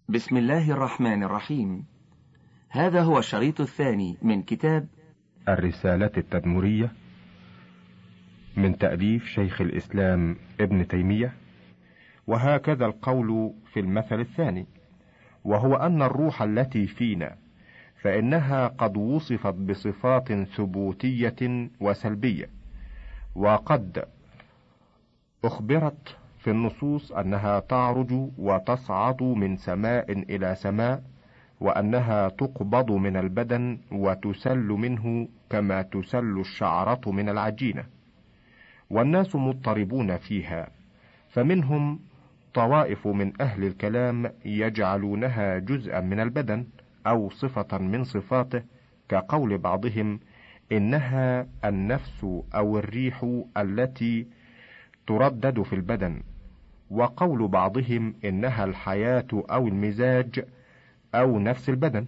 بسم الله الرحمن الرحيم. هذا هو الشريط الثاني من كتاب الرسالة التدمرية من تأليف شيخ الإسلام ابن تيمية. وهكذا القول في المثل الثاني، وهو أن الروح التي فينا فإنها قد وصفت بصفات ثبوتية وسلبية، وقد أخبرت في النصوص أنها تعرج وتصعد من سماء إلى سماء، وأنها تقبض من البدن وتسل منه كما تسل الشعرة من العجينة، والناس مضطربون فيها. فمنهم طوائف من أهل الكلام يجعلونها جزءا من البدن أو صفة من صفاته، كقول بعضهم إنها النفس أو الريح التي تردد في البدن، وقول بعضهم إنها الحياة أو المزاج أو نفس البدن.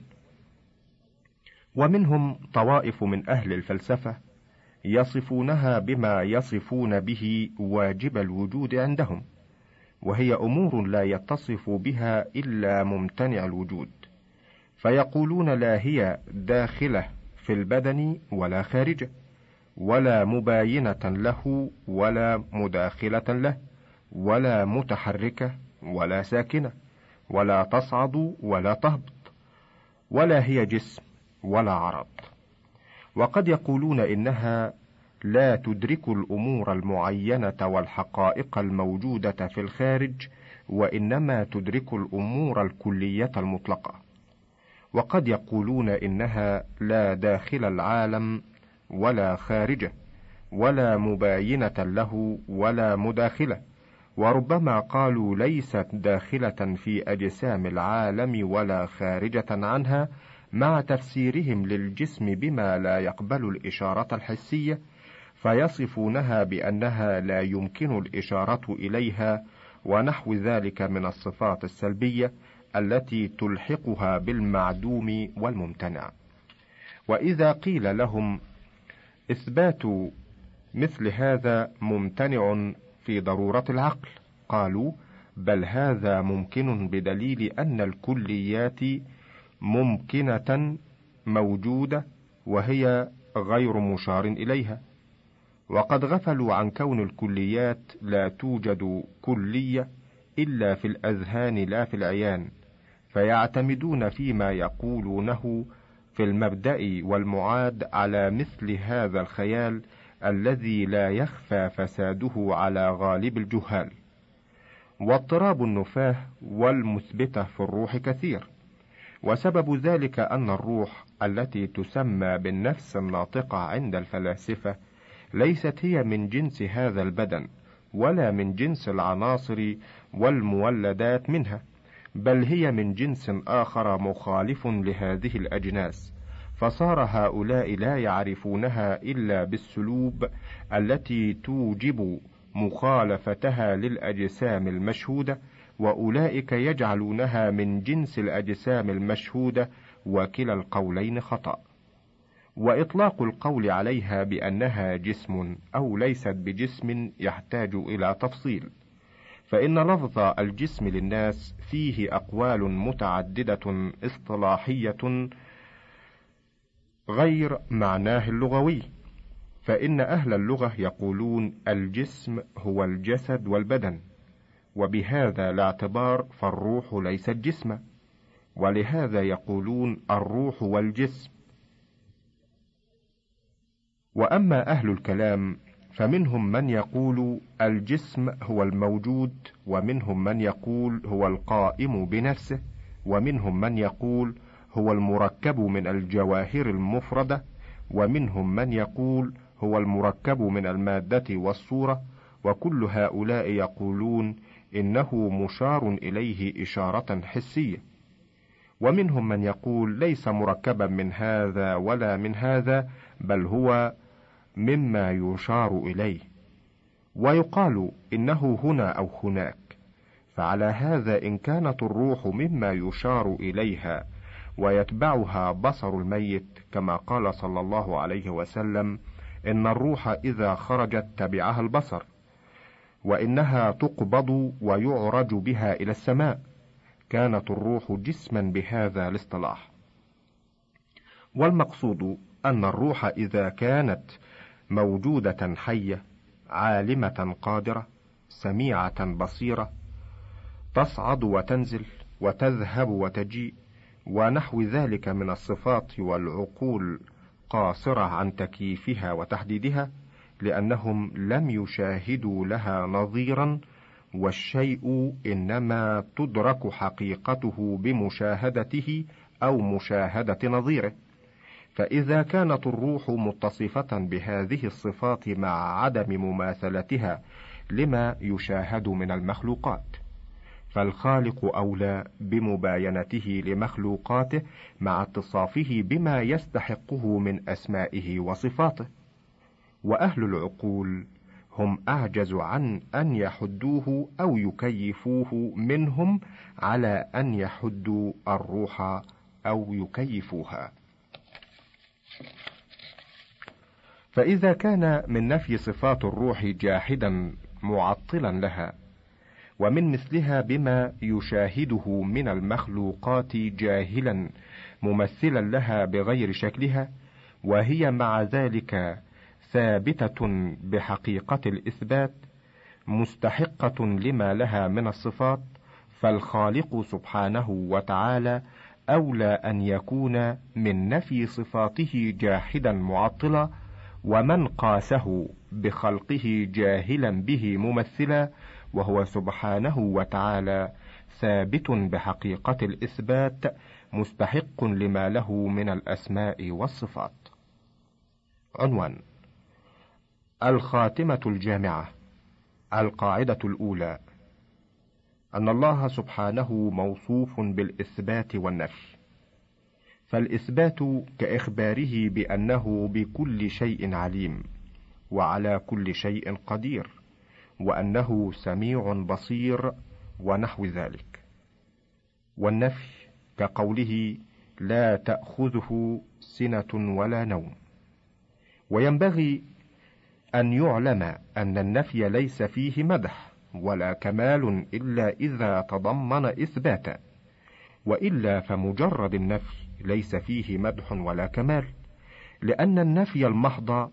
ومنهم طوائف من أهل الفلسفة يصفونها بما يصفون به واجب الوجود عندهم، وهي أمور لا يتصف بها إلا ممتنع الوجود، فيقولون لا هي داخلة في البدن ولا خارجة، ولا مباينة له ولا مداخلة له، ولا متحركة ولا ساكنة، ولا تصعد ولا تهبط، ولا هي جسم ولا عرض. وقد يقولون إنها لا تدرك الأمور المعينة والحقائق الموجودة في الخارج، وإنما تدرك الأمور الكلية المطلقة. وقد يقولون إنها لا داخل العالم ولا خارجه، ولا مباينة له ولا مداخلة، وربما قالوا ليست داخلة في أجسام العالم ولا خارجة عنها، مع تفسيرهم للجسم بما لا يقبل الإشارة الحسية، فيصفونها بأنها لا يمكن الإشارة إليها، ونحو ذلك من الصفات السلبية التي تلحقها بالمعدوم والممتنع. وإذا قيل لهم إثبات مثل هذا ممتنع في ضرورة العقل، قالوا بل هذا ممكن بدليل أن الكليات ممكنة موجودة وهي غير مشار إليها. وقد غفلوا عن كون الكليات لا توجد كلية إلا في الأذهان لا في العيان، فيعتمدون فيما يقولونه في المبدأ والمعاد على مثل هذا الخيال الذي لا يخفى فساده على غالب الجهال. واضطراب النفاه والمثبتة في الروح كثير، وسبب ذلك أن الروح التي تسمى بالنفس الناطقة عند الفلاسفة ليست هي من جنس هذا البدن، ولا من جنس العناصر والمولدات منها، بل هي من جنس آخر مخالف لهذه الأجناس، فصار هؤلاء لا يعرفونها إلا بالسلوب التي توجب مخالفتها للأجسام المشهودة، وأولئك يجعلونها من جنس الأجسام المشهودة، وكلا القولين خطأ. وإطلاق القول عليها بأنها جسم أو ليست بجسم يحتاج إلى تفصيل، فإن لفظ الجسم للناس فيه أقوال متعددة اصطلاحية غير معناه اللغوي، فإن أهل اللغة يقولون الجسم هو الجسد والبدن، وبهذا الاعتبار فالروح ليست جسما، ولهذا يقولون الروح والجسم. وأما أهل الكلام فمنهم من يقول الجسم هو الموجود، ومنهم من يقول هو القائم بنفسه، ومنهم من يقول هو المركب من الجواهر المفردة، ومنهم من يقول هو المركب من المادة والصورة، وكل هؤلاء يقولون إنه مشار إليه إشارة حسية. ومنهم من يقول ليس مركبا من هذا ولا من هذا، بل هو مما يشار إليه، ويقال إنه هنا أو هناك. فعلى هذا إن كانت الروح مما يشار إليها ويتبعها بصر الميت، كما قال صلى الله عليه وسلم إن الروح إذا خرجت تبعها البصر، وإنها تقبض ويعرج بها إلى السماء، كانت الروح جسما بهذا الاصطلاح. والمقصود أن الروح إذا كانت موجودة حية عالمة قادرة سميعة بصيرة تصعد وتنزل وتذهب وتجيء ونحو ذلك من الصفات والعقول قاصرة عن تكييفها وتحديدها، لأنهم لم يشاهدوا لها نظيرا، والشيء إنما تدرك حقيقته بمشاهدته أو مشاهدة نظيره. فإذا كانت الروح متصفة بهذه الصفات مع عدم مماثلتها لما يشاهد من المخلوقات، فالخالق أولى بمباينته لمخلوقاته مع اتصافه بما يستحقه من أسمائه وصفاته. وأهل العقول هم أعجز عن أن يحدوه أو يكيفوه منهم على أن يحدوا الروح أو يكيفوها. فإذا كان من نفي صفات الروح جاحدا معطلا لها، ومن مثلها بما يشاهده من المخلوقات جاهلا ممثلا لها بغير شكلها، وهي مع ذلك ثابتة بحقيقة الإثبات مستحقة لما لها من الصفات، فالخالق سبحانه وتعالى أولى أن يكون من نفي صفاته جاحدا معطلا، ومن قاسه بخلقه جاهلا به ممثلا، وهو سبحانه وتعالى ثابت بحقيقة الإثبات مستحق لما له من الأسماء والصفات. عنوان: الخاتمة الجامعة. القاعدة الأولى: أن الله سبحانه موصوف بالإثبات والنفي، فالإثبات كإخباره بأنه بكل شيء عليم وعلى كل شيء قدير، وأنه سميع بصير ونحو ذلك. والنفي كقوله لا تأخذه سنة ولا نوم. وينبغي أن يعلم أن النفي ليس فيه مدح ولا كمال إلا إذا تضمن إثباتا، وإلا فمجرد النفي ليس فيه مدح ولا كمال، لأن النفي المحض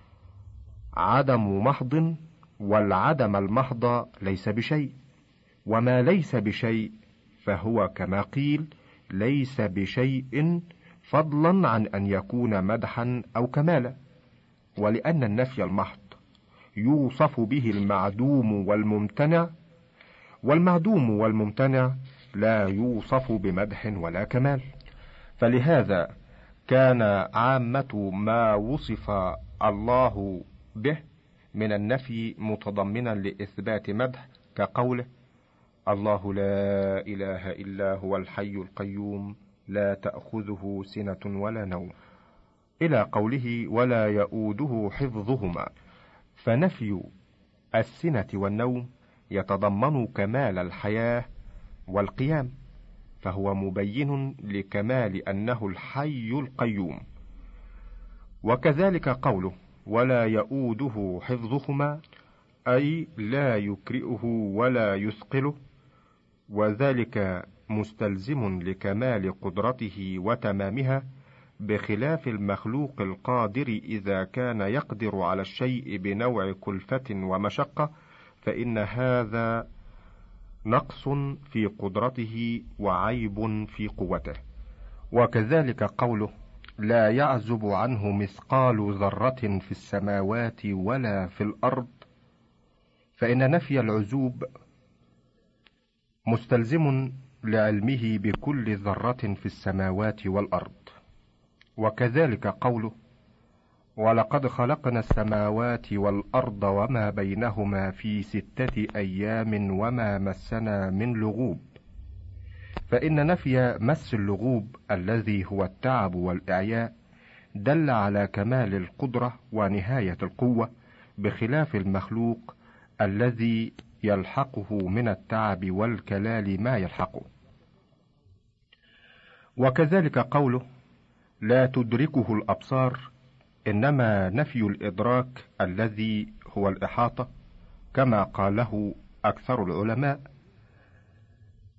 عدم محض، والعدم المحض ليس بشيء، وما ليس بشيء فهو كما قيل ليس بشيء، فضلا عن أن يكون مدحا أو كمالا. ولأن النفي المحض يوصف به المعدوم والممتنع، والمعدوم والممتنع لا يوصف بمدح ولا كمال، فلهذا كان عامة ما وصف الله به من النفي متضمنا لإثبات مدح، كقوله الله لا إله إلا هو الحي القيوم لا تأخذه سنة ولا نوم، إلى قوله ولا يؤوده حفظهما. فنفي السنة والنوم يتضمن كمال الحياة والقيام، فهو مبين لكمال أنه الحي القيوم. وكذلك قوله ولا يؤوده حفظهما، أي لا يكرئه ولا يثقله، وذلك مستلزم لكمال قدرته وتمامها، بخلاف المخلوق القادر إذا كان يقدر على الشيء بنوع كلفة ومشقة، فإن هذا نقص في قدرته وعيب في قوته. وكذلك قوله لا يعزب عنه مثقال ذرة في السماوات ولا في الأرض، فإن نفي العزوب مستلزم لعلمه بكل ذرة في السماوات والأرض. وكذلك قوله ولقد خلقنا السماوات والأرض وما بينهما في 6 أيام وما مسنا من لغوب، فإن نفي مس اللغوب الذي هو التعب والإعياء دل على كمال القدرة ونهاية القوة، بخلاف المخلوق الذي يلحقه من التعب والكلال ما يلحقه. وكذلك قوله لا تدركه الأبصار، إنما نفي الإدراك الذي هو الإحاطة، كما قاله أكثر العلماء.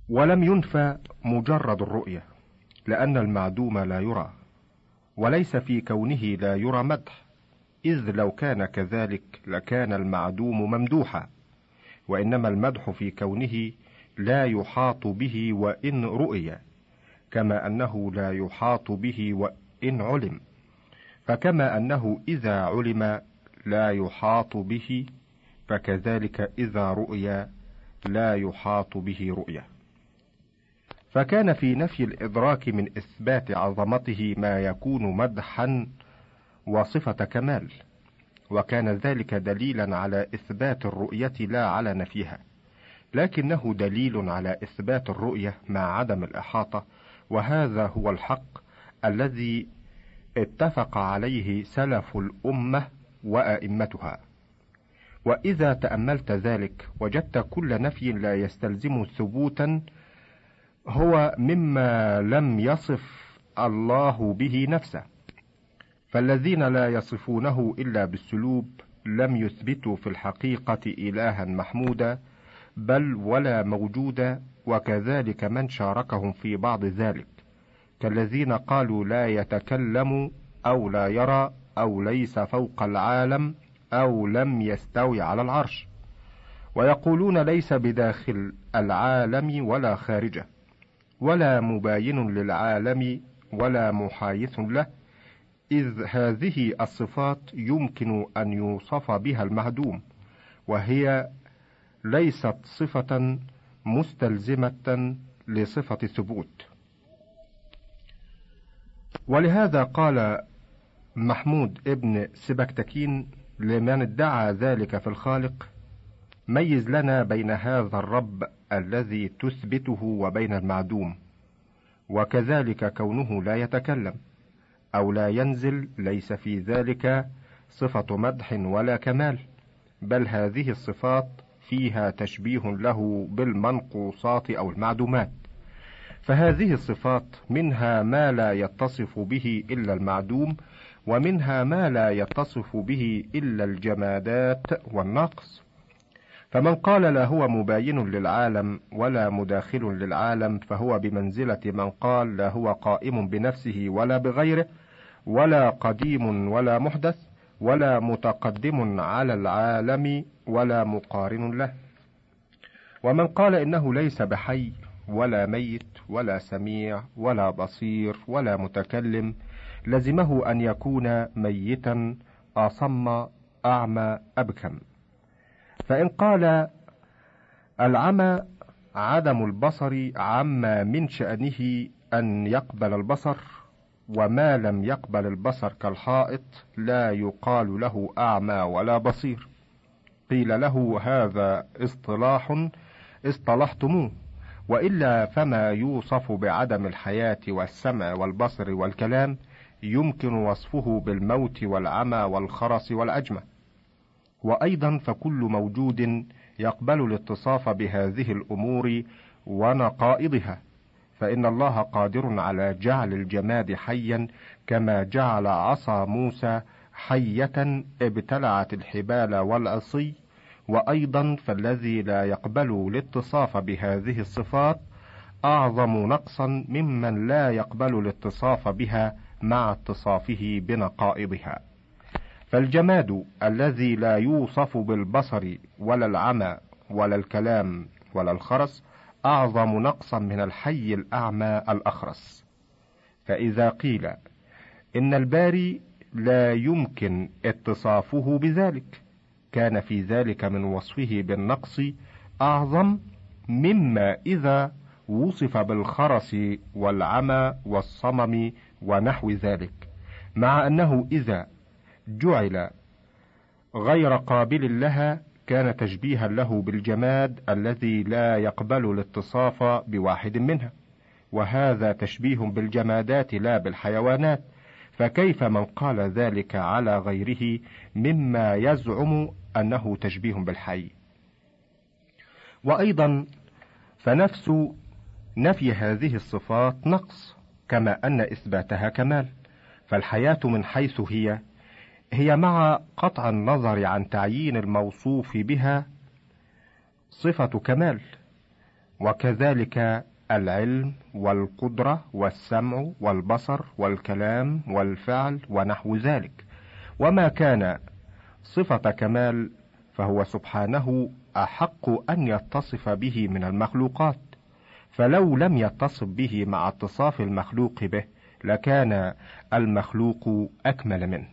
ولم ينفى مجرد الرؤية، لأن المعدوم لا يرى، وليس في كونه لا يرى مدح، إذ لو كان كذلك لكان المعدوم ممدوحا، وإنما المدح في كونه لا يحاط به وإن رؤي، كما أنه لا يحاط به وإن علم، فكما أنه إذا علم لا يحاط به، فكذلك إذا رؤي لا يحاط به رؤية. فكان في نفي الإدراك من إثبات عظمته ما يكون مدحا وصفة كمال، وكان ذلك دليلا على إثبات الرؤية لا على نفيها، لكنه دليل على إثبات الرؤية مع عدم الإحاطة، وهذا هو الحق الذي اتفق عليه سلف الأمة وأئمتها. وإذا تأملت ذلك وجدت كل نفي لا يستلزم ثبوتا هو مما لم يصف الله به نفسه، فالذين لا يصفونه إلا بالسلوب لم يثبتوا في الحقيقة إلها محمودا بل ولا موجودا، وكذلك من شاركهم في بعض ذلك، كالذين قالوا لا يتكلم أو لا يرى أو ليس فوق العالم أو لم يستوي على العرش، ويقولون ليس بداخل العالم ولا خارجه، ولا مباين للعالم ولا محايث له، إذ هذه الصفات يمكن أن يوصف بها المهدوم، وهي ليست صفة مستلزمة لصفة الثبوت. ولهذا قال محمود ابن سبكتكين لمن ادعى ذلك في الخالق: ميز لنا بين هذا الرب الذي تثبته وبين المعدوم، وكذلك كونه لا يتكلم أو لا ينزل ليس في ذلك صفة مدح ولا كمال، بل هذه الصفات فيها تشبيه له بالمنقوصات أو المعدومات، فهذه الصفات منها ما لا يتصف به إلا المعدوم، ومنها ما لا يتصف به إلا الجمادات والنقص. فمن قال لا هو مباين للعالم ولا مداخل للعالم فهو بمنزلة من قال لا هو قائم بنفسه ولا بغيره، ولا قديم ولا محدث، ولا متقدم على العالم ولا مقارن له. ومن قال إنه ليس بحي ولا ميت ولا سميع ولا بصير ولا متكلم لزمه أن يكون ميتا أصم أعمى أبكم. فإن قال العمى عدم البصر عما من شأنه أن يقبل البصر، وما لم يقبل البصر كالحائط لا يقال له أعمى ولا بصير، قيل له هذا اصطلاح اصطلحتموه، وإلا فما يوصف بعدم الحياة والسمع والبصر والكلام يمكن وصفه بالموت والعمى والخرس والأجمة. وأيضا فكل موجود يقبل الاتصاف بهذه الأمور ونقائضها، فإن الله قادر على جعل الجماد حيا كما جعل عصا موسى حية ابتلعت الحبال والعصي. وأيضا فالذي لا يقبل الاتصاف بهذه الصفات أعظم نقصا ممن لا يقبل الاتصاف بها مع اتصافه بنقائضها. فالجماد الذي لا يوصف بالبصر ولا العمى ولا الكلام ولا الخرس أعظم نقصا من الحي الأعمى الأخرس. فإذا قيل إن الباري لا يمكن اتصافه بذلك كان في ذلك من وصفه بالنقص أعظم مما إذا وصف بالخرس والعمى والصمم ونحو ذلك، مع أنه إذا جعل غير قابل لها كان تشبيها له بالجماد الذي لا يقبل الاتصاف بواحد منها، وهذا تشبيه بالجمادات لا بالحيوانات، فكيف من قال ذلك على غيره مما يزعم أنه تشبيه بالحي؟ وأيضا فنفس نفي هذه الصفات نقص، كما أن إثباتها كمال، فالحياة من حيث هي مع قطع النظر عن تعيين الموصوف بها صفة كمال، وكذلك العلم والقدرة والسمع والبصر والكلام والفعل ونحو ذلك. وما كان صفة كمال فهو سبحانه أحق أن يتصف به من المخلوقات، فلو لم يتصف به مع اتصاف المخلوق به لكان المخلوق أكمل منه.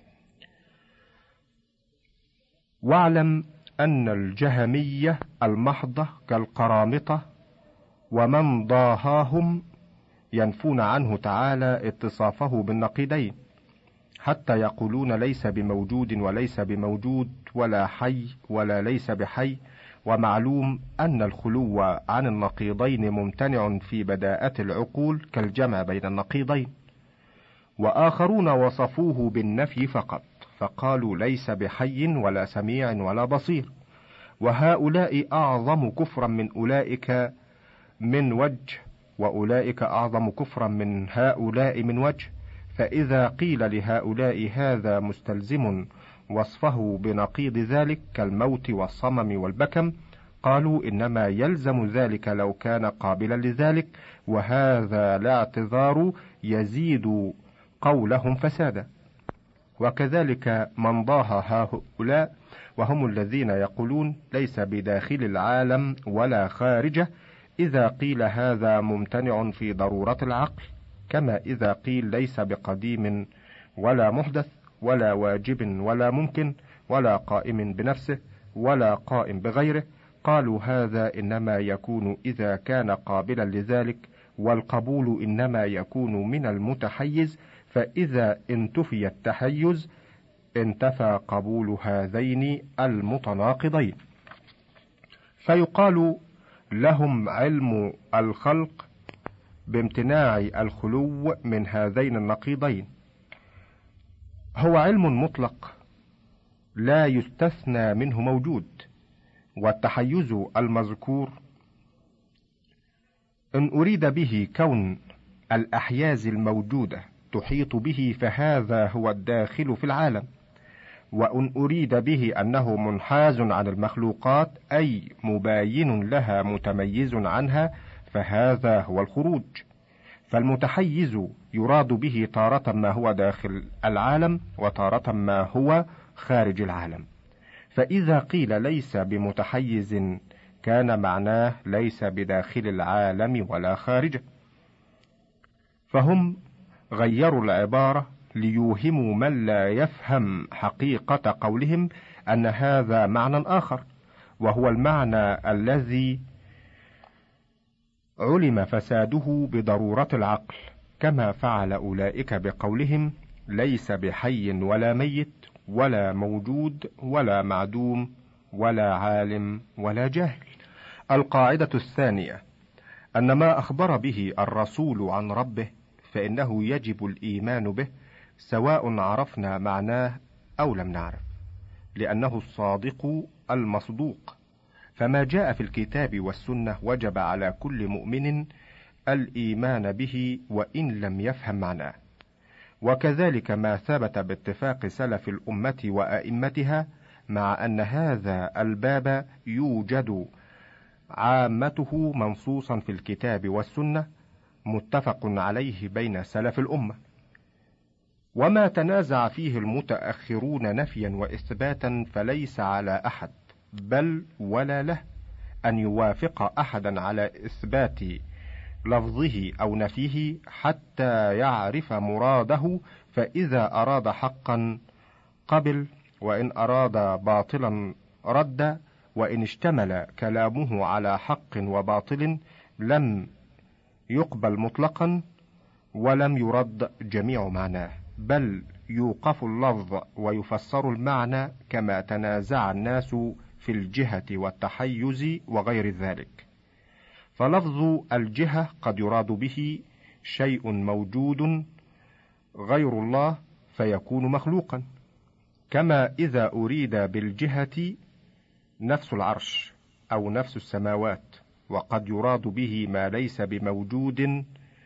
واعلم أن الجهمية المحضة كالقرامطة ومن ضاهاهم ينفون عنه تعالى اتصافه بالنقيضين، حتى يقولون ليس بموجود وليس بموجود، ولا حي ولا ليس بحي. ومعلوم أن الخلو عن النقيضين ممتنع في بداءة العقول كالجمع بين النقيضين. وآخرون وصفوه بالنفي فقط، فقالوا ليس بحي ولا سميع ولا بصير، وهؤلاء أعظم كفرا من أولئك من وجه، وأولئك أعظم كفرا من هؤلاء من وجه. فإذا قيل لهؤلاء هذا مستلزم وصفه بنقيض ذلك كالموت والصمم والبكم، قالوا إنما يلزم ذلك لو كان قابلا لذلك، وهذا الاعتذار يزيد قولهم فسادا. وكذلك من ضاهى هؤلاء وهم الذين يقولون ليس بداخل العالم ولا خارجه، إذا قيل هذا ممتنع في ضرورة العقل، كما إذا قيل ليس بقديم ولا محدث ولا واجب ولا ممكن ولا قائم بنفسه ولا قائم بغيره، قالوا هذا إنما يكون إذا كان قابلا لذلك، والقبول إنما يكون من المتحيز، فإذا انتفي التحيز انتفى قبول هذين المتناقضين. فيقال لهم علم الخلق بامتناع الخلو من هذين النقيضين، هو علم مطلق لا يستثنى منه موجود. والتحيز المذكور إن أريد به كون الأحياز الموجودة تحيط به فهذا هو الداخل في العالم، وإن أريد به أنه منحاز عن المخلوقات أي مباين لها متميز عنها فهذا هو الخروج. فالمتحيز يراد به تارة ما هو داخل العالم وتارة ما هو خارج العالم. فإذا قيل ليس بمتحيز كان معناه ليس بداخل العالم ولا خارجه. فهم غيروا العبارة ليوهموا من لا يفهم حقيقة قولهم أن هذا معنى آخر، وهو المعنى الذي علم فساده بضرورة العقل، كما فعل أولئك بقولهم ليس بحي ولا ميت ولا موجود ولا معدوم ولا عالم ولا جاهل. القاعدة الثانية أن ما أخبر به الرسول عن ربه فإنه يجب الإيمان به سواء عرفنا معناه أو لم نعرف، لأنه الصادق المصدوق. فما جاء في الكتاب والسنة وجب على كل مؤمن الإيمان به وإن لم يفهم معناه. وكذلك ما ثبت باتفاق سلف الأمة وأئمتها، مع أن هذا الباب يوجد عامته منصوصا في الكتاب والسنة متفق عليه بين سلف الأمة. وما تنازع فيه المتأخرون نفيا وإثباتا فليس على أحد بل ولا له أن يوافق أحدا على إثبات لفظه أو نفيه حتى يعرف مراده، فإذا أراد حقا قبل، وإن أراد باطلا رد، وإن اشتمل كلامه على حق وباطل لم يقبل مطلقا ولم يرد جميع معناه، بل يوقف اللفظ ويفسر المعنى كما تنازع الناس في الجهة والتحيز وغير ذلك. فلفظ الجهة قد يراد به شيء موجود غير الله فيكون مخلوقا، كما إذا أريد بالجهة نفس العرش أو نفس السماوات، وقد يراد به ما ليس بموجود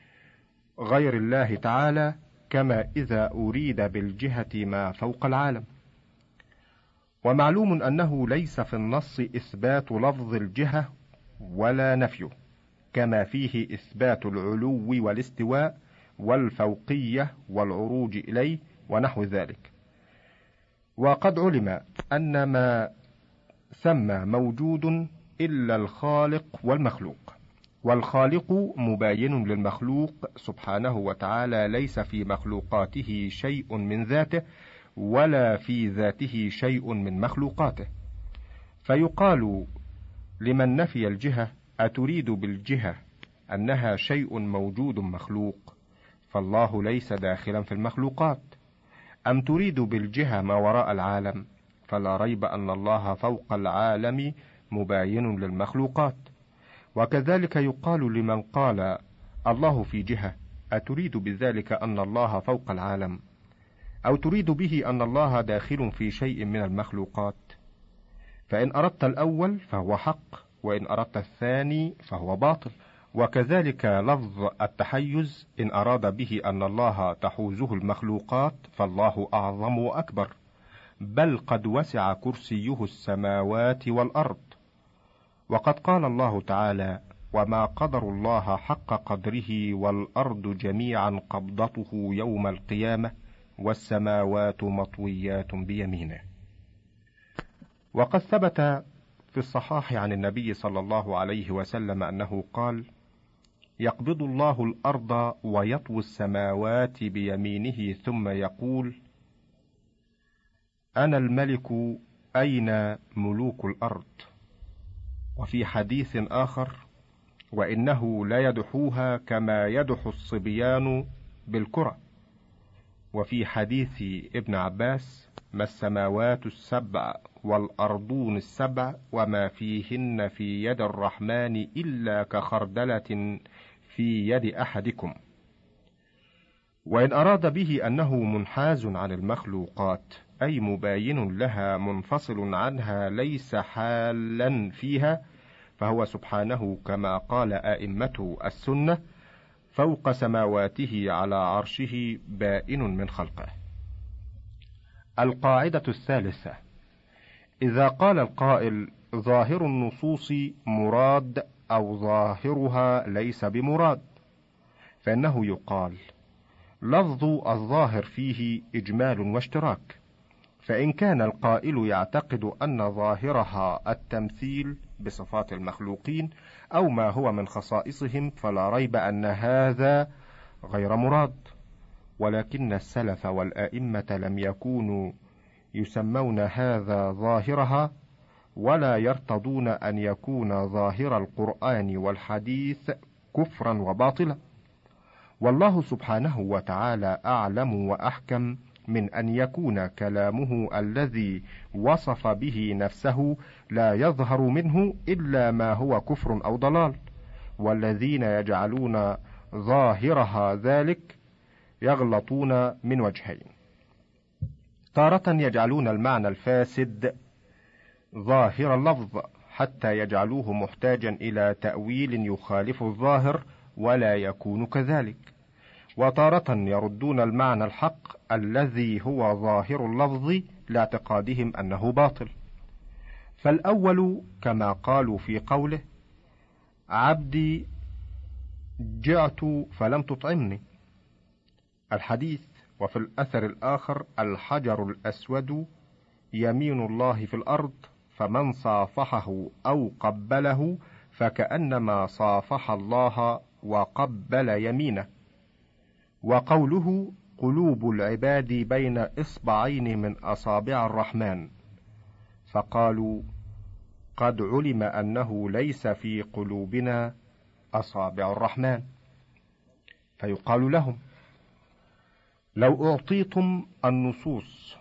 غير الله تعالى، كما إذا أريد بالجهة ما فوق العالم. ومعلوم أنه ليس في النص إثبات لفظ الجهة ولا نفيه، كما فيه إثبات العلو والاستواء والفوقية والعروج إليه ونحو ذلك. وقد علم أن ما ثم موجود إلا الخالق والمخلوق، والخالق مباين للمخلوق سبحانه وتعالى، ليس في مخلوقاته شيء من ذاته ولا في ذاته شيء من مخلوقاته. فيقال لمن نفي الجهة: أتريد بالجهة أنها شيء موجود مخلوق؟ فالله ليس داخلا في المخلوقات. أم تريد بالجهة ما وراء العالم؟ فلا ريب أن الله فوق العالم مباين للمخلوقات. وكذلك يقال لمن قال الله في جهة: أتريد بذلك أن الله فوق العالم؟ أو تريد به أن الله داخل في شيء من المخلوقات؟ فإن أردت الأول فهو حق، وإن أردت الثاني فهو باطل. وكذلك لفظ التحيز، إن أراد به أن الله تحوزه المخلوقات فالله أعظم وأكبر، بل قد وسع كرسيه السماوات والأرض. وقد قال الله تعالى: وما قدر الله حق قدره والأرض جميعا قبضته يوم القيامة والسماوات مطويات بيمينه. وقد ثبت في الصحاح عن النبي صلى الله عليه وسلم أنه قال: يقبض الله الأرض ويطوي السماوات بيمينه ثم يقول: أنا الملك أين ملوك الأرض؟ وفي حديث آخر: وإنه لا يدحوها كما يدح الصبيان بالكرة. وفي حديث ابن عباس: ما السماوات السبع والأرضون السبع وما فيهن في يد الرحمن إلا كخردلة في يد أحدكم. وإن أراد به أنه منحاز عن المخلوقات، أي مباين لها منفصل عنها ليس حالا فيها، فهو سبحانه كما قال أئمة السنة: فوق سماواته على عرشه بائن من خلقه. القاعدة الثالثة: إذا قال القائل: ظاهر النصوص مراد أو ظاهرها ليس بمراد، فإنه يقال: لفظ الظاهر فيه إجمال واشتراك، فإن كان القائل يعتقد أن ظاهرها التمثيل بصفات المخلوقين أو ما هو من خصائصهم فلا ريب أن هذا غير مراد. ولكن السلف والآئمة لم يكونوا يسمون هذا ظاهرها، ولا يرتضون أن يكون ظاهر القرآن والحديث كفرا وباطلا. والله سبحانه وتعالى أعلم وأحكم من أن يكون كلامه الذي وصف به نفسه لا يظهر منه إلا ما هو كفر أو ضلال. والذين يجعلون ظاهرها ذلك يغلطون من وجهين: تارة يجعلون المعنى الفاسد ظاهر اللفظ حتى يجعلوه محتاجا إلى تأويل يخالف الظاهر ولا يكون كذلك، وتارة يردون المعنى الحق الذي هو ظاهر اللفظ لاعتقادهم أنه باطل. فالأول كما قالوا في قوله: عبدي جعت فلم تطعمني، الحديث. وفي الأثر الآخر: الحجر الأسود يمين الله في الأرض، فمن صافحه أو قبله فكأنما صافح الله وقبل يمينه. وقوله: قلوب العباد بين إصبعين من أصابع الرحمن، فقالوا: قد علم أنه ليس في قلوبنا أصابع الرحمن. فيقال لهم: لو أعطيتم النصوص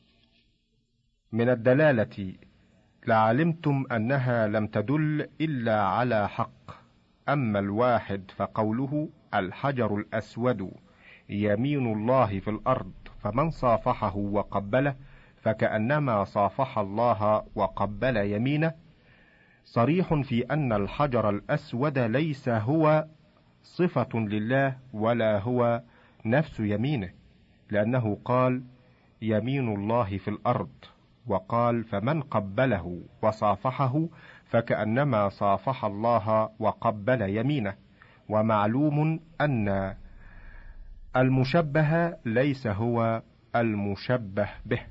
من الدلالة لعلمتم أنها لم تدل إلا على حق. أما الواحد فقوله: الحجر الأسود يمين الله في الأرض، فمن صافحه وقبله فكأنما صافح الله وقبل يمينه، صريح في أن الحجر الأسود ليس هو صفة لله ولا هو نفس يمينه، لأنه قال: يمين الله في الأرض، وقال: فمن قبله وصافحه فكأنما صافح الله وقبل يمينه. ومعلوم أن المشبه ليس هو المشبه به.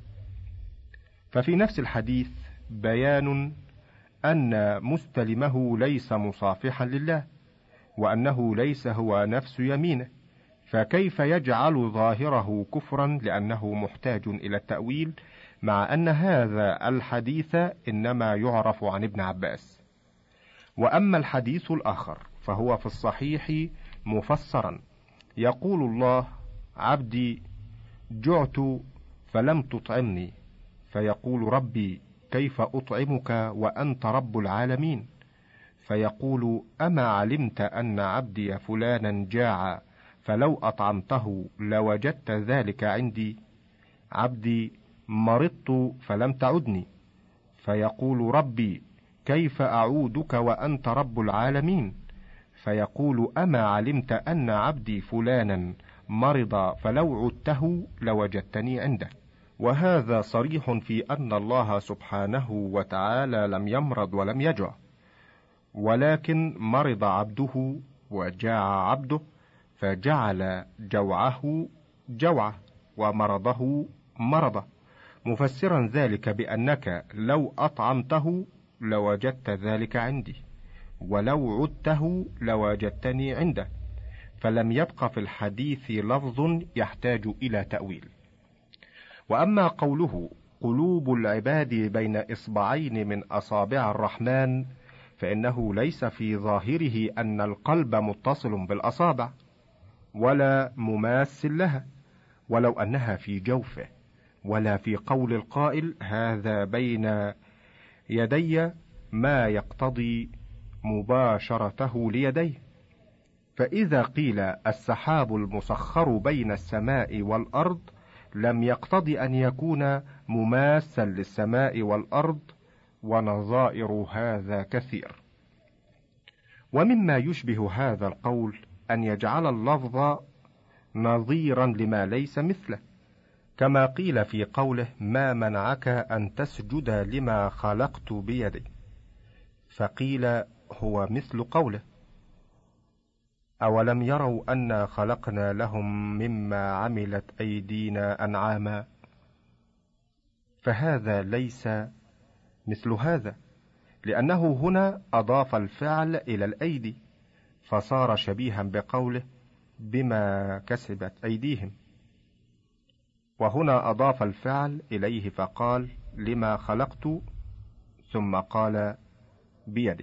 ففي نفس الحديث بيان أن مستلمه ليس مصافحا لله، وأنه ليس هو نفس يمينه، فكيف يجعل ظاهره كفرا لأنه محتاج إلى التأويل، مع أن هذا الحديث إنما يعرف عن ابن عباس. وأما الحديث الآخر فهو في الصحيح مفسرا، يقول الله: عبدي جعت فلم تطعمني، فيقول: ربي كيف أطعمك وأنت رب العالمين؟ فيقول: أما علمت أن عبدي فلانا جاع فلو أطعمته لوجدت ذلك عندي؟ عبدي مرضت فلم تعدني، فيقول: ربي كيف أعودك وأنت رب العالمين؟ فيقول: أما علمت أن عبدي فلانا مرض فلو عدته لوجدتني عنده. وهذا صريح في أن الله سبحانه وتعالى لم يمرض ولم يجع، ولكن مرض عبده وجاع عبده، فجعل جوعه جوعه ومرضه مرضه، مفسرا ذلك بأنك لو أطعمته لوجدت ذلك عندي، ولو عدته لوجدتني عنده. فلم يبق في الحديث لفظ يحتاج إلى تأويل. وأما قوله: قلوب العباد بين إصبعين من أصابع الرحمن، فإنه ليس في ظاهره أن القلب متصل بالأصابع ولا مماس لها، ولو أنها في جوفه، ولا في قول القائل: هذا بين يدي، ما يقتضي مباشرته ليديه. فإذا قيل السحاب المسخر بين السماء والأرض لم يقتضي أن يكون مماسا للسماء والأرض، ونظائر هذا كثير. ومما يشبه هذا القول أن يجعل اللفظ نظيرا لما ليس مثله، كما قيل في قوله: ما منعك أن تسجد لما خلقت بيدي، فقيل هو مثل قوله: أولم يروا أنا خلقنا لهم مما عملت أيدينا أنعاما، فهذا ليس مثل هذا، لأنه هنا أضاف الفعل إلى الأيدي، فصار شبيها بقوله: بما كسبت أيديهم، وهنا أضاف الفعل إليه فقال: لما خلقت، ثم قال: بيدي.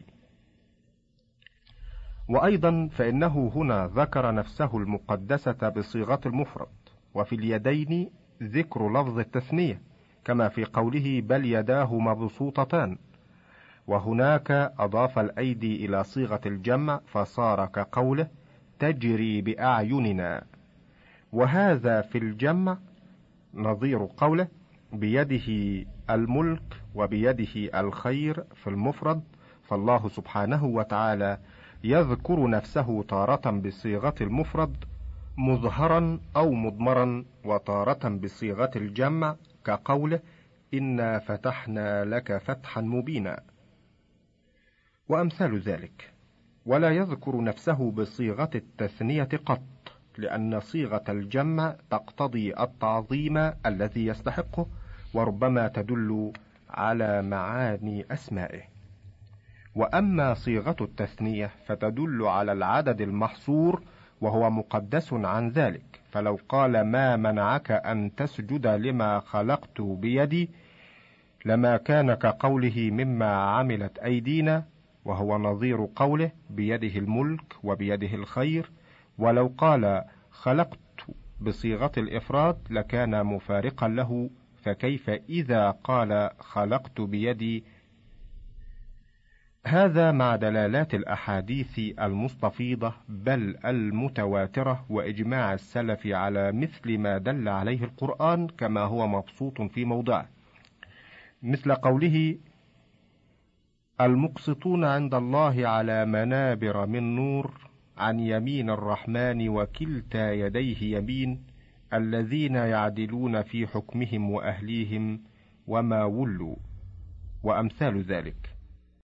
وأيضا فإنه هنا ذكر نفسه المقدسة بصيغة المفرد، وفي اليدين ذكر لفظ التثنية، كما في قوله: بل يداه مبسوطتان، وهناك أضاف الأيدي إلى صيغة الجمع فصار كقوله: تجري بأعيننا. وهذا في الجمع نظير قوله: بيده الملك وبيده الخير في المفرد. فالله سبحانه وتعالى يذكر نفسه تارة بصيغة المفرد مظهرا أو مضمرا، وتارة بصيغة الجمع كقوله: إنا فتحنا لك فتحا مبينا، وأمثال ذلك. ولا يذكر نفسه بصيغة التثنية قط، لأن صيغة الجمع تقتضي التعظيم الذي يستحقه، وربما تدل على معاني أسمائه. وأما صيغة التثنية فتدل على العدد المحصور، وهو مقدس عن ذلك. فلو قال: ما منعك أن تسجد لما خلقت بيدي، لما كان كقوله: مما عملت أيدينا، وهو نظير قوله: بيده الملك وبيده الخير. ولو قال: خلقت بصيغة الإفراد لكان مفارقا له، فكيف إذا قال: خلقت بيدي؟ هذا مع دلالات الأحاديث المستفيضة بل المتواترة، وإجماع السلف على مثل ما دل عليه القرآن، كما هو مبسوط في موضعه، مثل قوله: المقسطون عند الله على منابر من نور عن يمين الرحمن وكلتا يديه يمين، الذين يعدلون في حكمهم وأهليهم وما ولوا، وأمثال ذلك.